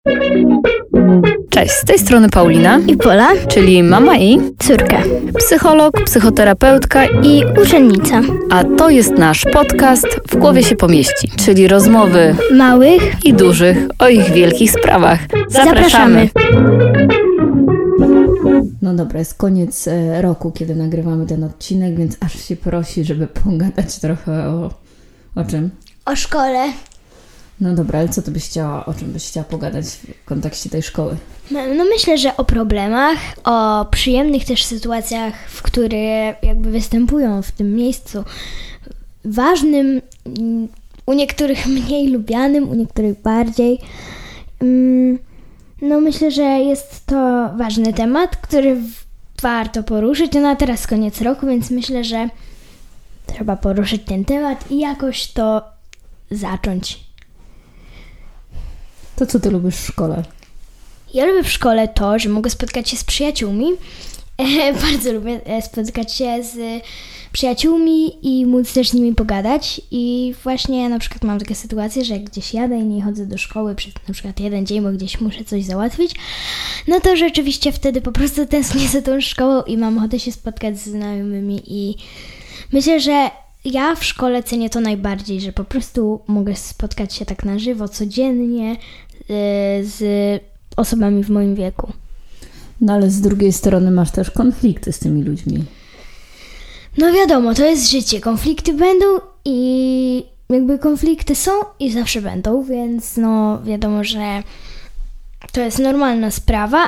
Cześć, z tej strony Paulina i Pola, czyli mama i córka, psycholog, psychoterapeutka i uczennica. A to jest nasz podcast W głowie się pomieści, czyli rozmowy małych i dużych o ich wielkich sprawach. Zapraszamy! No dobra, jest koniec roku, kiedy nagrywamy ten odcinek, więc aż się prosi, żeby pogadać trochę o czym? O szkole. No dobra, ale o czym byś chciała pogadać w kontekście tej szkoły? No myślę, że o problemach, o przyjemnych też sytuacjach, które jakby występują w tym miejscu ważnym, u niektórych mniej lubianym, u niektórych bardziej. No myślę, że jest to ważny temat, który warto poruszyć. No a teraz koniec roku, więc myślę, że trzeba poruszyć ten temat i jakoś to zacząć. To co ty lubisz w szkole? Ja lubię w szkole to, że mogę spotkać się z przyjaciółmi. Bardzo lubię spotykać się z przyjaciółmi i móc też z nimi pogadać. I właśnie ja na przykład mam takie sytuacje, że jak gdzieś jadę i nie chodzę do szkoły przez na przykład jeden dzień, bo gdzieś muszę coś załatwić, no to rzeczywiście wtedy po prostu tęsknię za tą szkołą i mam ochotę się spotkać z znajomymi. I myślę, że ja w szkole cenię to najbardziej, że po prostu mogę spotkać się tak na żywo, codziennie z osobami w moim wieku. No ale z drugiej strony masz też konflikty z tymi ludźmi. No wiadomo, to jest życie. Konflikty będą i jakby konflikty są i zawsze będą, więc no wiadomo, że to jest normalna sprawa.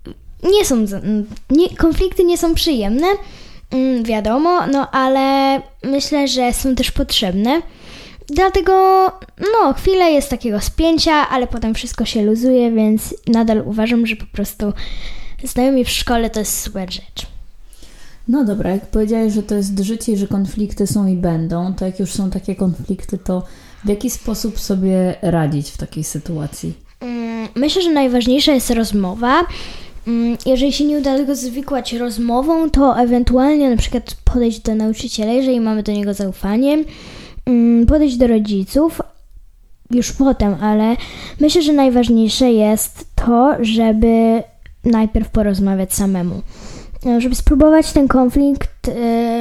Konflikty nie są przyjemne, wiadomo, no ale myślę, że są też potrzebne. Dlatego, chwilę jest takiego spięcia, ale potem wszystko się luzuje, więc nadal uważam, że po prostu znajomi w szkole to jest super rzecz. No dobra, jak powiedziałeś, że to jest życie i że konflikty są i będą, to jak już są takie konflikty, to w jaki sposób sobie radzić w takiej sytuacji? Myślę, że najważniejsza jest rozmowa. Jeżeli się nie uda tego zwikłać rozmową, to ewentualnie na przykład podejść do nauczyciela, jeżeli mamy do niego zaufanie, podejść do rodziców już potem, ale myślę, że najważniejsze jest to, żeby najpierw porozmawiać samemu. Żeby spróbować ten konflikt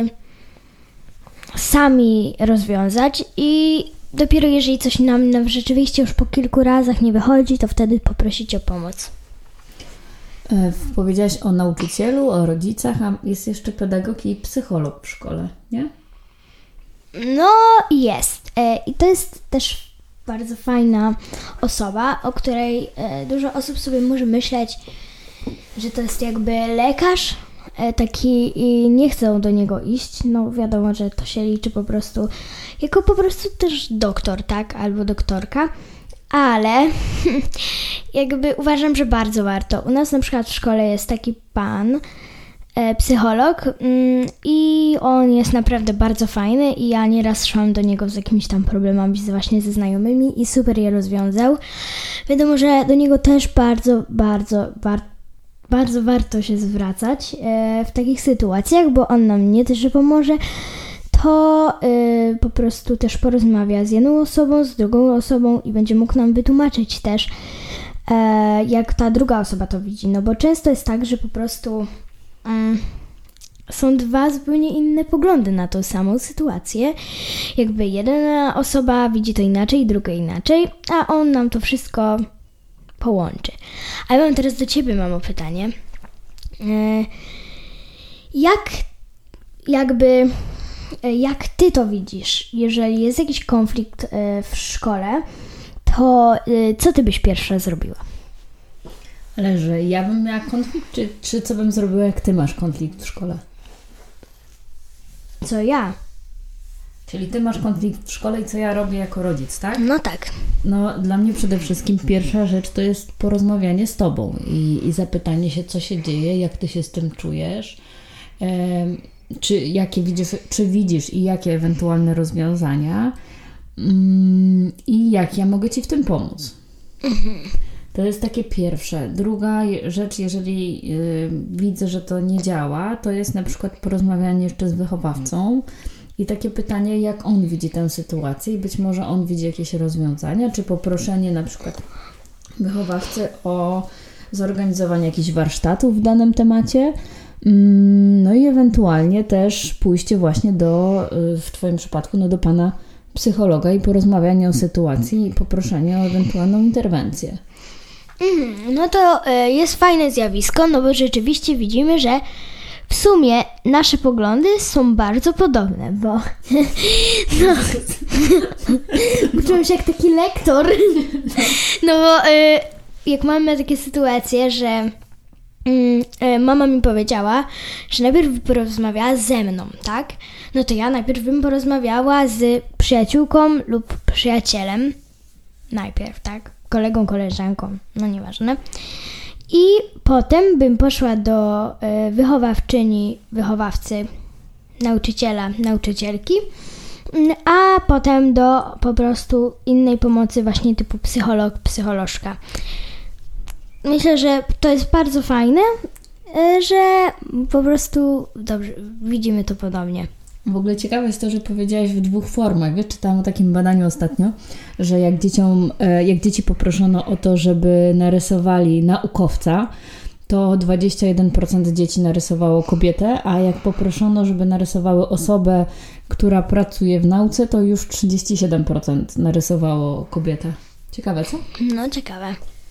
sami rozwiązać i dopiero jeżeli coś nam rzeczywiście już po kilku razach nie wychodzi, to wtedy poprosić o pomoc. Powiedziałaś o nauczycielu, o rodzicach, a jest jeszcze pedagog i psycholog w szkole, nie? No jest. I to jest też bardzo fajna osoba, o której dużo osób sobie może myśleć, że to jest jakby lekarz taki i nie chcą do niego iść. No wiadomo, że to się liczy po prostu jako po prostu też doktor, tak? Albo doktorka. Ale jakby uważam, że bardzo warto. U nas na przykład w szkole jest taki pan, psycholog i on jest naprawdę bardzo fajny i ja nieraz szłam do niego z jakimiś tam problemami właśnie ze znajomymi i super je rozwiązał. Wiadomo, że do niego też bardzo warto się zwracać w takich sytuacjach, bo on nam nie też pomoże, to po prostu też porozmawia z jedną osobą, z drugą osobą i będzie mógł nam wytłumaczyć też, jak ta druga osoba to widzi. No bo często jest tak, że po prostu są dwa zupełnie inne poglądy na tą samą sytuację. Jakby jedna osoba widzi to inaczej, druga inaczej, a on nam to wszystko połączy. A ja mam teraz do Ciebie, mamo, pytanie. Jak Ty to widzisz? Jeżeli jest jakiś konflikt w szkole, to co Ty byś pierwsza zrobiła? Ale że ja bym miała konflikt, czy co bym zrobiła, jak Ty masz konflikt w szkole? Co ja? Czyli Ty masz konflikt w szkole i co ja robię jako rodzic, tak? No tak. No dla mnie przede wszystkim pierwsza rzecz to jest porozmawianie z Tobą i zapytanie się, co się dzieje, jak Ty się z tym czujesz, czy widzisz i jakie ewentualne rozwiązania i jak ja mogę Ci w tym pomóc. To jest takie pierwsze. Druga rzecz, jeżeli widzę, że to nie działa, to jest na przykład porozmawianie jeszcze z wychowawcą i takie pytanie, jak on widzi tę sytuację i być może on widzi jakieś rozwiązania, czy poproszenie na przykład wychowawcy o zorganizowanie jakichś warsztatów w danym temacie, no i ewentualnie też pójście właśnie w Twoim przypadku do pana psychologa i porozmawianie o sytuacji i poproszenie o ewentualną interwencję. No to jest fajne zjawisko, no bo rzeczywiście widzimy, że w sumie nasze poglądy są bardzo podobne, bo no, uczyłem się jak taki lektor, no bo jak mamy takie sytuacje, że mama mi powiedziała, że najpierw by porozmawiała ze mną, tak? No to ja najpierw bym porozmawiała z przyjaciółką lub przyjacielem. Najpierw, tak? Kolegą, koleżanką, no nieważne. I potem bym poszła do wychowawczyni, wychowawcy, nauczyciela, nauczycielki, a potem do po prostu innej pomocy właśnie typu psycholog, psycholożka. Myślę, że to jest bardzo fajne, że po prostu dobrze, widzimy to podobnie. W ogóle ciekawe jest to, że powiedziałaś w 2 formach. Wiesz, czytałam o takim badaniu ostatnio, że jak dzieci poproszono o to, żeby narysowali naukowca, to 21% dzieci narysowało kobietę, a jak poproszono, żeby narysowały osobę, która pracuje w nauce, to już 37% narysowało kobietę. Ciekawe, co? No, ciekawe.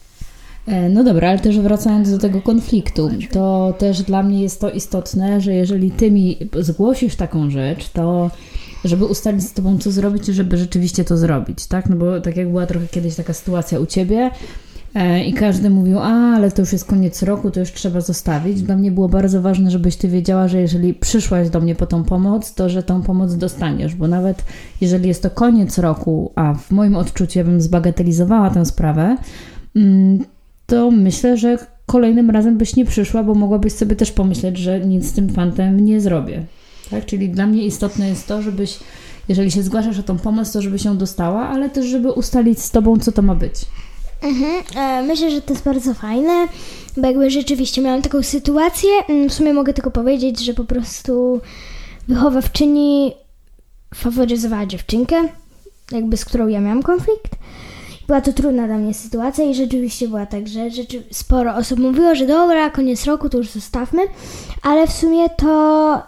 No dobra, ale też wracając do tego konfliktu, to też dla mnie jest to istotne, że jeżeli ty mi zgłosisz taką rzecz, to żeby ustalić z tobą, co zrobić, żeby rzeczywiście to zrobić, tak? No bo tak jak była trochę kiedyś taka sytuacja u ciebie i każdy mówił, ale to już jest koniec roku, to już trzeba zostawić. Dla mnie było bardzo ważne, żebyś ty wiedziała, że jeżeli przyszłaś do mnie po tą pomoc, to że tą pomoc dostaniesz, bo nawet jeżeli jest to koniec roku, a w moim odczuciu ja bym zbagatelizowała tę sprawę, to myślę, że kolejnym razem byś nie przyszła, bo mogłabyś sobie też pomyśleć, że nic z tym fantem nie zrobię. Tak? Czyli dla mnie istotne jest to, żebyś, jeżeli się zgłaszasz o tą pomoc, to żeby się dostała, ale też żeby ustalić z tobą, co to ma być. Myślę, że to jest bardzo fajne, bo jakby rzeczywiście miałam taką sytuację, w sumie mogę tylko powiedzieć, że po prostu wychowawczyni faworyzowała dziewczynkę, jakby z którą ja miałam konflikt. Była to trudna dla mnie sytuacja i rzeczywiście była tak, że sporo osób mówiło, że dobra, koniec roku, to już zostawmy, ale w sumie to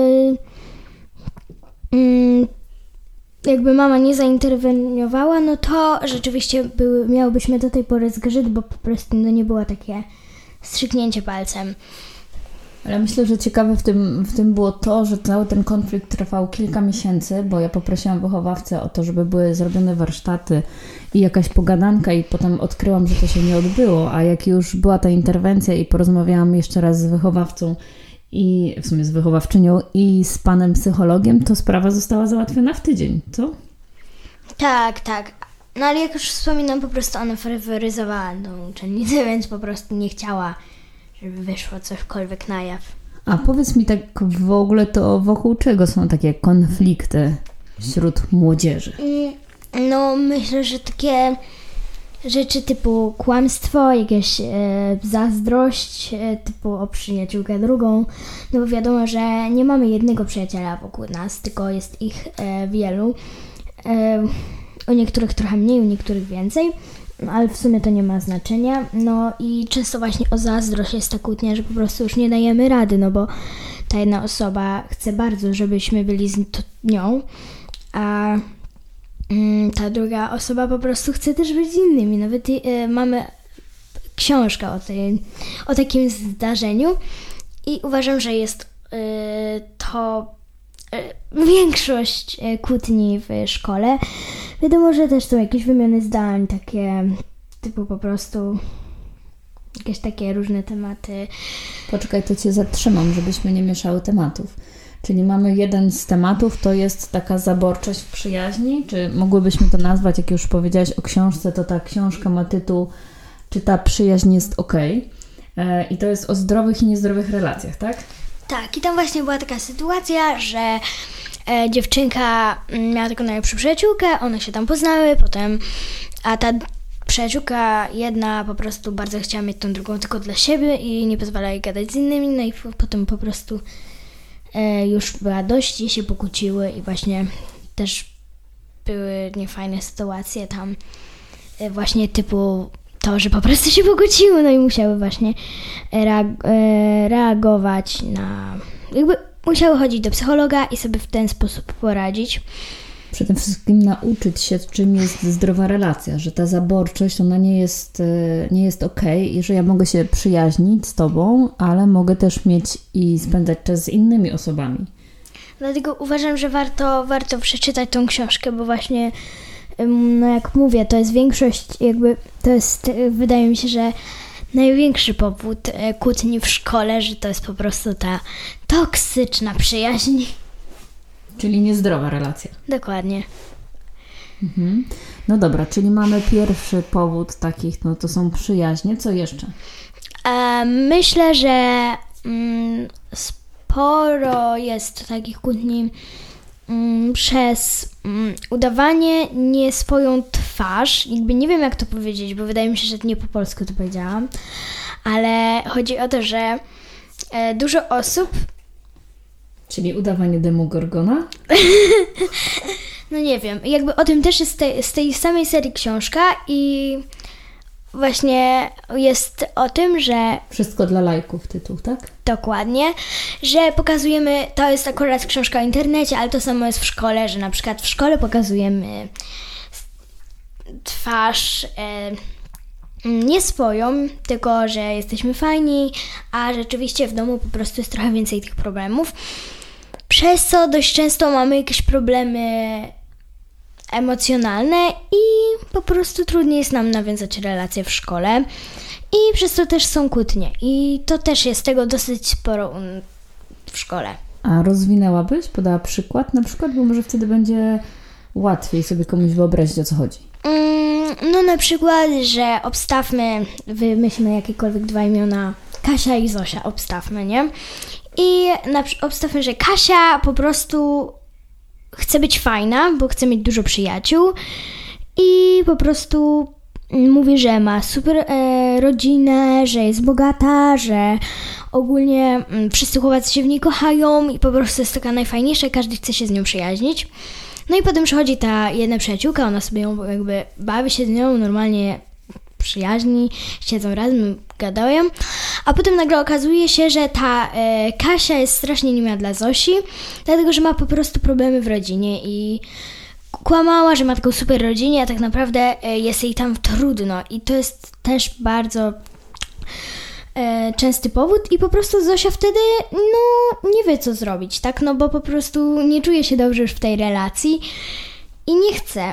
jakby mama nie zainterweniowała, no to rzeczywiście miałybyśmy do tej pory zgrzyt, bo po prostu nie było takie strzyknięcie palcem. Ale myślę, że ciekawe w tym było to, że cały ten konflikt trwał kilka miesięcy, bo ja poprosiłam wychowawcę o to, żeby były zrobione warsztaty i jakaś pogadanka i potem odkryłam, że to się nie odbyło, a jak już była ta interwencja i porozmawiałam jeszcze raz z wychowawcą i w sumie z wychowawczynią i z panem psychologiem, to sprawa została załatwiona w tydzień, co? Tak. No ale jak już wspominam, po prostu ona faworyzowała tą uczennicę, więc po prostu nie chciała, żeby wyszło cośkolwiek na jaw. A powiedz mi tak w ogóle, to wokół czego są takie konflikty wśród młodzieży? No myślę, że takie rzeczy typu kłamstwo, jakieś zazdrość, typu o przyjaciółkę drugą, no bo wiadomo, że nie mamy jednego przyjaciela wokół nas, tylko jest ich wielu. U niektórych trochę mniej, u niektórych więcej, ale w sumie to nie ma znaczenia. No i często właśnie o zazdrość jest ta kłótnia, że po prostu już nie dajemy rady, no bo ta jedna osoba chce bardzo, żebyśmy byli z nią, a ta druga osoba po prostu chce też być z innymi. Nawet mamy książkę o takim zdarzeniu i uważam, że jest to większość kłótni w szkole. Wiadomo, że też są jakieś wymiany zdań, takie typu po prostu jakieś takie różne tematy. Poczekaj, to cię zatrzymam, żebyśmy nie mieszały tematów. Czyli mamy jeden z tematów, to jest taka zaborczość w przyjaźni, czy mogłybyśmy to nazwać, jak już powiedziałaś o książce, to ta książka ma tytuł Czy ta przyjaźń jest okej? I to jest o zdrowych i niezdrowych relacjach, tak? Tak, i tam właśnie była taka sytuacja, że dziewczynka miała taką najlepszą przyjaciółkę, one się tam poznały, potem, a ta przyjaciółka jedna po prostu bardzo chciała mieć tą drugą tylko dla siebie i nie pozwalała jej gadać z innymi, no i potem po prostu już była dość i się pokłóciły i właśnie też były niefajne sytuacje tam właśnie typu to, że po prostu się pokłóciły, no i musiały właśnie reagować na... Jakby musiały chodzić do psychologa i sobie w ten sposób poradzić. Przede wszystkim nauczyć się, czym jest zdrowa relacja, że ta zaborczość, ona nie jest okej i że ja mogę się przyjaźnić z tobą, ale mogę też mieć i spędzać czas z innymi osobami. Dlatego uważam, że warto przeczytać tą książkę, bo właśnie, no jak mówię, to jest większość, jakby to jest, wydaje mi się, że największy powód kłótni w szkole, że to jest po prostu ta toksyczna przyjaźń. Czyli niezdrowa relacja. Dokładnie. Mhm. No dobra, czyli mamy pierwszy powód takich, no to są przyjaźnie. Co jeszcze? Myślę, że sporo jest takich kłótni przez udawanie nie swoją twarz. Jakby nie wiem, jak to powiedzieć, bo wydaje mi się, że nie po polsku to powiedziałam, ale chodzi o to, że dużo osób... Czyli udawanie Demogorgona? No nie wiem, jakby o tym też jest z tej samej serii książka i właśnie jest o tym, że... Wszystko dla lajków tytuł, tak? Dokładnie, że pokazujemy, to jest akurat książka o internecie, ale to samo jest w szkole, że na przykład w szkole pokazujemy twarz nie swoją, tylko że jesteśmy fajni, a rzeczywiście w domu po prostu jest trochę więcej tych problemów, przez co dość często mamy jakieś problemy emocjonalne i po prostu trudniej jest nam nawiązać relacje w szkole i przez to też są kłótnie i to też jest tego dosyć sporo w szkole. A rozwinęłabyś? Podała przykład na przykład, bo może wtedy będzie łatwiej sobie komuś wyobrazić, o co chodzi. No na przykład, że wymyślmy jakiekolwiek dwa imiona, Kasia i Zosia, obstawmy, nie? I obstawmy, że Kasia po prostu chce być fajna, bo chce mieć dużo przyjaciół i po prostu mówi, że ma super rodzinę, że jest bogata, że ogólnie wszyscy chłopacy się w niej kochają i po prostu jest taka najfajniejsza i każdy chce się z nią przyjaźnić. No i potem przychodzi ta jedna przyjaciółka, ona sobie ją jakby bawi się z nią, normalnie przyjaźni, siedzą razem, gadają, a potem nagle okazuje się, że ta Kasia jest strasznie niemiła dla Zosi, dlatego, że ma po prostu problemy w rodzinie i kłamała, że ma taką super rodzinę, a tak naprawdę jest jej tam trudno i to jest też bardzo częsty powód i po prostu Zosia wtedy nie wie, co zrobić, tak, no bo po prostu nie czuje się dobrze już w tej relacji i nie chce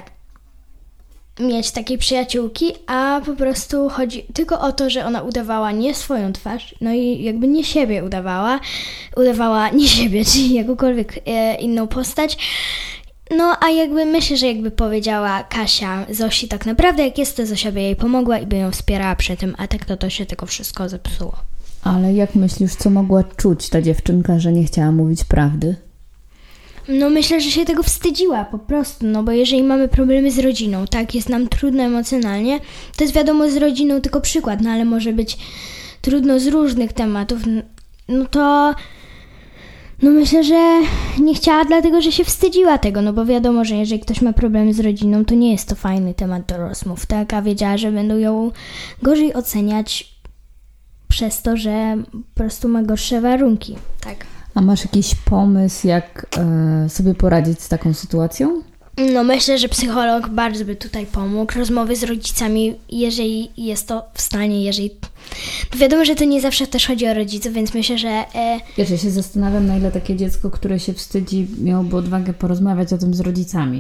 mieć takiej przyjaciółki, a po prostu chodzi tylko o to, że ona udawała nie swoją twarz, no i jakby nie siebie udawała nie siebie, czyli jakąkolwiek inną postać. No a jakby myślę, że jakby powiedziała Kasia Zosi tak naprawdę jak jest, to Zosia by jej pomogła i by ją wspierała przy tym, a tak to się tylko wszystko zepsuło. Ale jak myślisz, co mogła czuć ta dziewczynka, że nie chciała mówić prawdy? No myślę, że się tego wstydziła po prostu, no bo jeżeli mamy problemy z rodziną, tak, jest nam trudno emocjonalnie, to jest wiadomo z rodziną tylko przykład, no ale może być trudno z różnych tematów, no to no myślę, że nie chciała dlatego, że się wstydziła tego, no bo wiadomo, że jeżeli ktoś ma problemy z rodziną, to nie jest to fajny temat do rozmów, tak, a wiedziała, że będą ją gorzej oceniać przez to, że po prostu ma gorsze warunki, tak. A masz jakiś pomysł, jak sobie poradzić z taką sytuacją? No myślę, że psycholog bardzo by tutaj pomógł. Rozmowy z rodzicami, jeżeli jest to w stanie, jeżeli... Wiadomo, że to nie zawsze też chodzi o rodziców, więc myślę, że... Wiesz, ja się zastanawiam, na ile takie dziecko, które się wstydzi, miałoby odwagę porozmawiać o tym z rodzicami.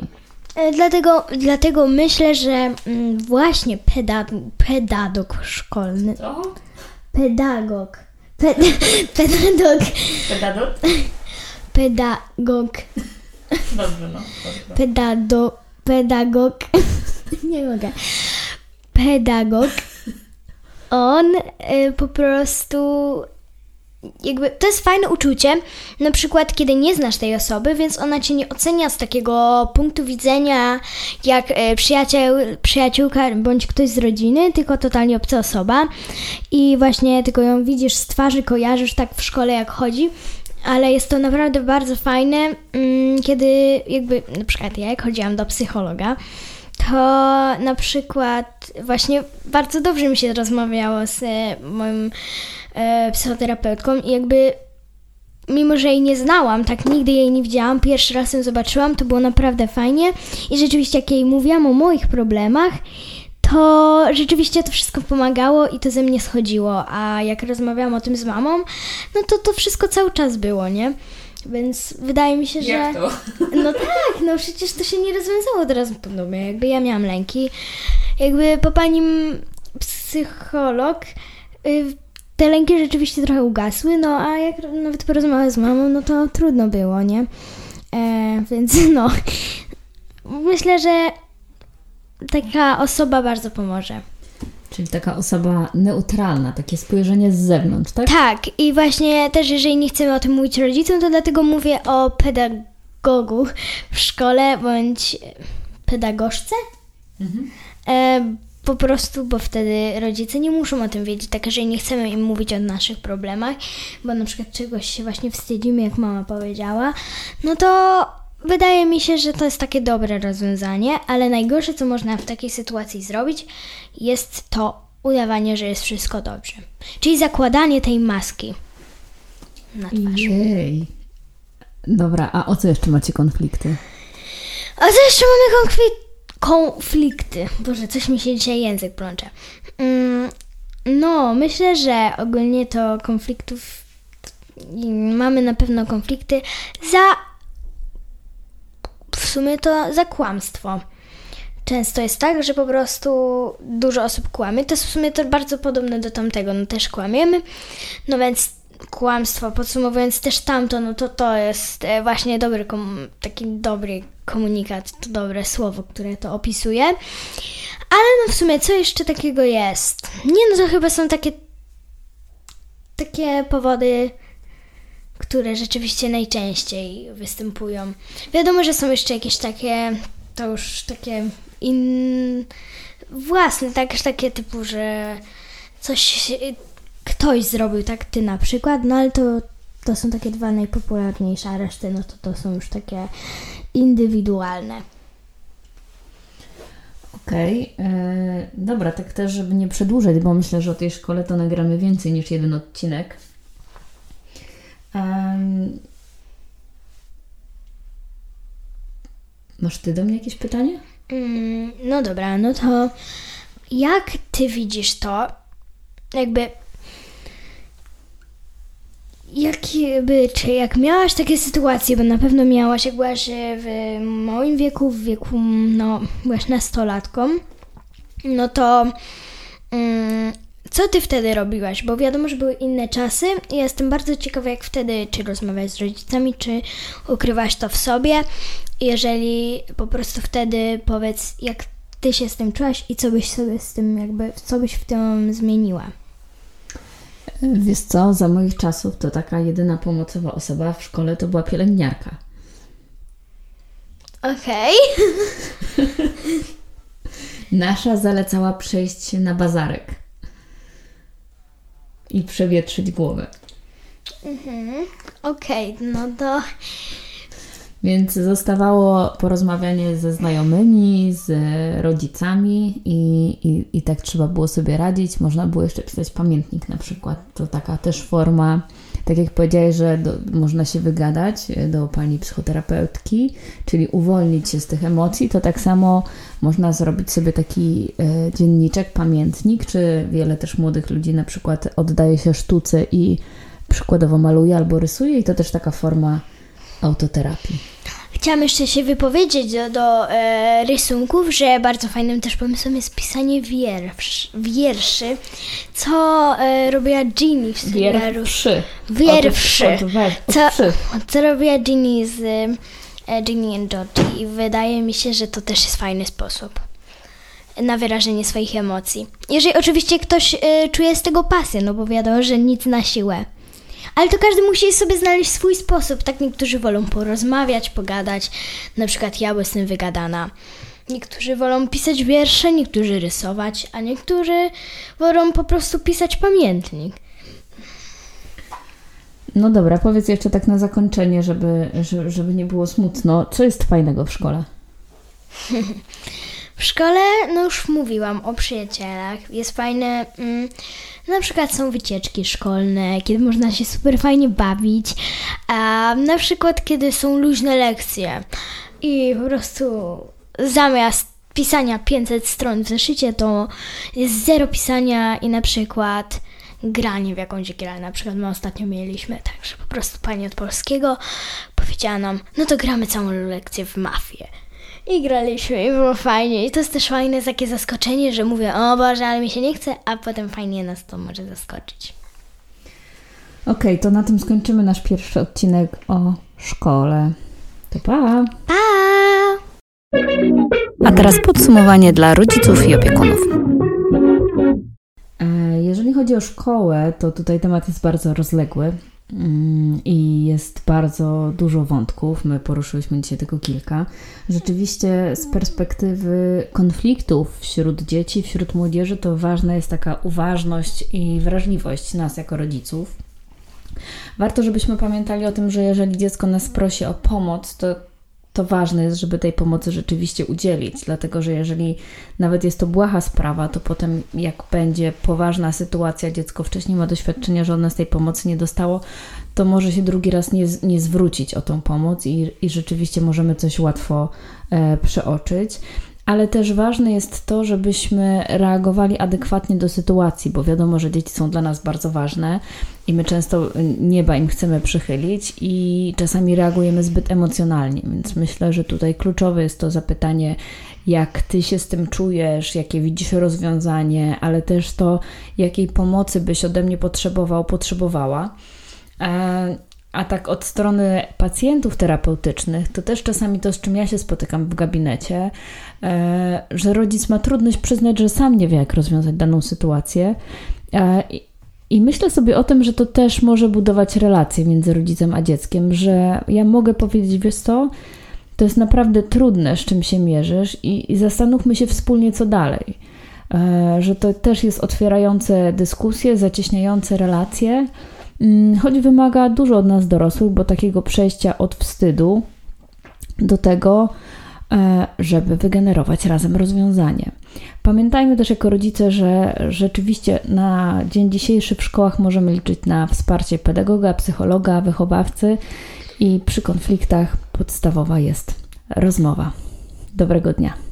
Dlatego myślę, że właśnie pedagog szkolny... Co? Pedagog. Dobrze, no. Pedagog. Nie mogę. Pedagog. On po prostu jakby to jest fajne uczucie, na przykład kiedy nie znasz tej osoby, więc ona cię nie ocenia z takiego punktu widzenia jak przyjaciółka bądź ktoś z rodziny, tylko totalnie obca osoba i właśnie tylko ją widzisz z twarzy, kojarzysz tak w szkole jak chodzi, ale jest to naprawdę bardzo fajne, kiedy jakby na przykład ja jak chodziłam do psychologa, to na przykład właśnie bardzo dobrze mi się rozmawiało z moim psychoterapeutką i jakby mimo, że jej nie znałam, tak nigdy jej nie widziałam, pierwszy raz ją zobaczyłam, to było naprawdę fajnie i rzeczywiście jak jej mówiłam o moich problemach, to rzeczywiście to wszystko pomagało i to ze mnie schodziło, a jak rozmawiałam o tym z mamą, no to wszystko cały czas było, nie? Więc wydaje mi się, że... Jak to? No tak, no przecież to się nie rozwiązało od razu po dobie, jakby ja miałam lęki. Jakby po pani psycholog te lęki rzeczywiście trochę ugasły, no a jak nawet porozmawiałam z mamą, no to trudno było, nie? Więc no, myślę, że taka osoba bardzo pomoże. Czyli taka osoba neutralna, takie spojrzenie z zewnątrz, tak? Tak, i właśnie też jeżeli nie chcemy o tym mówić rodzicom, to dlatego mówię o pedagogu w szkole bądź pedagogzce. Po prostu, bo wtedy rodzice nie muszą o tym wiedzieć, tak jeżeli nie chcemy im mówić o naszych problemach, bo na przykład czegoś się właśnie wstydzimy, jak mama powiedziała, no to wydaje mi się, że to jest takie dobre rozwiązanie, ale najgorsze, co można w takiej sytuacji zrobić, jest to udawanie, że jest wszystko dobrze. Czyli zakładanie tej maski na twarz. Jej. Dobra, a o co jeszcze macie konflikty? A co jeszcze mamy konflikty? Boże, coś mi się dzisiaj język plącze. No, myślę, że ogólnie to konfliktów mamy na pewno konflikty w sumie to za kłamstwo. Często jest tak, że po prostu dużo osób kłamie. To jest w sumie to bardzo podobne do tamtego. No też kłamiemy. No więc kłamstwo, podsumowując też tamto, no to jest właśnie taki dobry komunikat, to dobre słowo, które to opisuje. Ale no w sumie co jeszcze takiego jest? Nie, no to chyba są takie powody, które rzeczywiście najczęściej występują. Wiadomo, że są jeszcze jakieś takie, to już takie własne, takie typu, że coś ktoś zrobił, tak ty na przykład, no ale to są takie dwa najpopularniejsze, a reszty no to są już takie indywidualne. Okej. Dobra, tak też, żeby nie przedłużać, bo myślę, że o tej szkole to nagramy więcej niż jeden odcinek. Masz ty do mnie jakieś pytanie? No dobra, no to jak ty widzisz to, czy jak miałaś takie sytuacje, bo na pewno miałaś, jak byłaś w moim wieku, no byłaś nastolatką, no to co ty wtedy robiłaś? Bo wiadomo, że były inne czasy i jestem bardzo ciekawa, jak wtedy, czy rozmawiałaś z rodzicami, czy ukrywałaś to w sobie. Jeżeli po prostu wtedy powiedz, jak ty się z tym czułaś i co byś sobie z tym co byś w tym zmieniła? Wiesz co, za moich czasów to taka jedyna pomocowa osoba w szkole to była pielęgniarka. Okej. Nasza zalecała przejść na bazarek i przewietrzyć głowę. Okej, no to... Więc zostawało porozmawianie ze znajomymi, z rodzicami i tak trzeba było sobie radzić. Można było jeszcze pisać pamiętnik na przykład. To taka też forma, tak jak powiedziałeś, że można się wygadać do pani psychoterapeutki, czyli uwolnić się z tych emocji, to tak samo można zrobić sobie taki dzienniczek, pamiętnik, czy wiele też młodych ludzi na przykład oddaje się sztuce i przykładowo maluje albo rysuje i to też taka forma autoterapii. Chciałam jeszcze się wypowiedzieć do rysunków, że bardzo fajnym też pomysłem jest pisanie wierszy, co robiła Ginny w serialu. Co robiła Ginny z Ginny and Georgie i wydaje mi się, że to też jest fajny sposób na wyrażenie swoich emocji. Jeżeli oczywiście ktoś czuje z tego pasję, no bo wiadomo, że nic na siłę. Ale to każdy musi sobie znaleźć swój sposób. Tak niektórzy wolą porozmawiać, pogadać. Na przykład ja jestem wygadana. Niektórzy wolą pisać wiersze, niektórzy rysować, a niektórzy wolą po prostu pisać pamiętnik. No dobra, powiedz jeszcze tak na zakończenie, żeby nie było smutno. Co jest fajnego w szkole? W szkole, no już mówiłam o przyjacielach. Jest fajne, na przykład są wycieczki szkolne, kiedy można się super fajnie bawić. A na przykład, kiedy są luźne lekcje i po prostu zamiast pisania 500 stron w zeszycie, to jest 0 pisania i na przykład granie w jakąś grę. Na przykład my ostatnio mieliśmy tak, że po prostu pani od polskiego powiedziała nam, no to gramy całą lekcję w mafię. I graliśmy i było fajnie. I to jest też fajne takie zaskoczenie, że mówię, o Boże, ale mi się nie chce, a potem fajnie nas to może zaskoczyć. Okej, to na tym skończymy nasz pierwszy odcinek o szkole. To pa! Pa! A teraz podsumowanie dla rodziców i opiekunów. Jeżeli chodzi o szkołę, to tutaj temat jest bardzo rozległy i jest bardzo dużo wątków. My poruszyliśmy dzisiaj tylko kilka. Rzeczywiście z perspektywy konfliktów wśród dzieci, wśród młodzieży, to ważna jest taka uważność i wrażliwość nas jako rodziców. Warto, żebyśmy pamiętali o tym, że jeżeli dziecko nas prosi o pomoc, to ważne jest, żeby tej pomocy rzeczywiście udzielić, dlatego że jeżeli nawet jest to błaha sprawa, to potem jak będzie poważna sytuacja, dziecko wcześniej ma doświadczenia, że od nas tej pomocy nie dostało, to może się drugi raz nie zwrócić o tą pomoc i rzeczywiście możemy coś łatwo przeoczyć. Ale też ważne jest to, żebyśmy reagowali adekwatnie do sytuacji, bo wiadomo, że dzieci są dla nas bardzo ważne i my często nieba im chcemy przychylić i czasami reagujemy zbyt emocjonalnie, więc myślę, że tutaj kluczowe jest to zapytanie, jak Ty się z tym czujesz, jakie widzisz rozwiązanie, ale też to, jakiej pomocy byś ode mnie potrzebowała. A tak od strony pacjentów terapeutycznych, to też czasami to, z czym ja się spotykam w gabinecie, że rodzic ma trudność przyznać, że sam nie wie, jak rozwiązać daną sytuację. I myślę sobie o tym, że to też może budować relacje między rodzicem a dzieckiem, że ja mogę powiedzieć, wiesz co, to jest naprawdę trudne, z czym się mierzysz i zastanówmy się wspólnie, co dalej. Że to też jest otwierające dyskusje, zacieśniające relacje, choć wymaga dużo od nas dorosłych, bo takiego przejścia od wstydu do tego, żeby wygenerować razem rozwiązanie. Pamiętajmy też jako rodzice, że rzeczywiście na dzień dzisiejszy w szkołach możemy liczyć na wsparcie pedagoga, psychologa, wychowawcy i przy konfliktach podstawowa jest rozmowa. Dobrego dnia.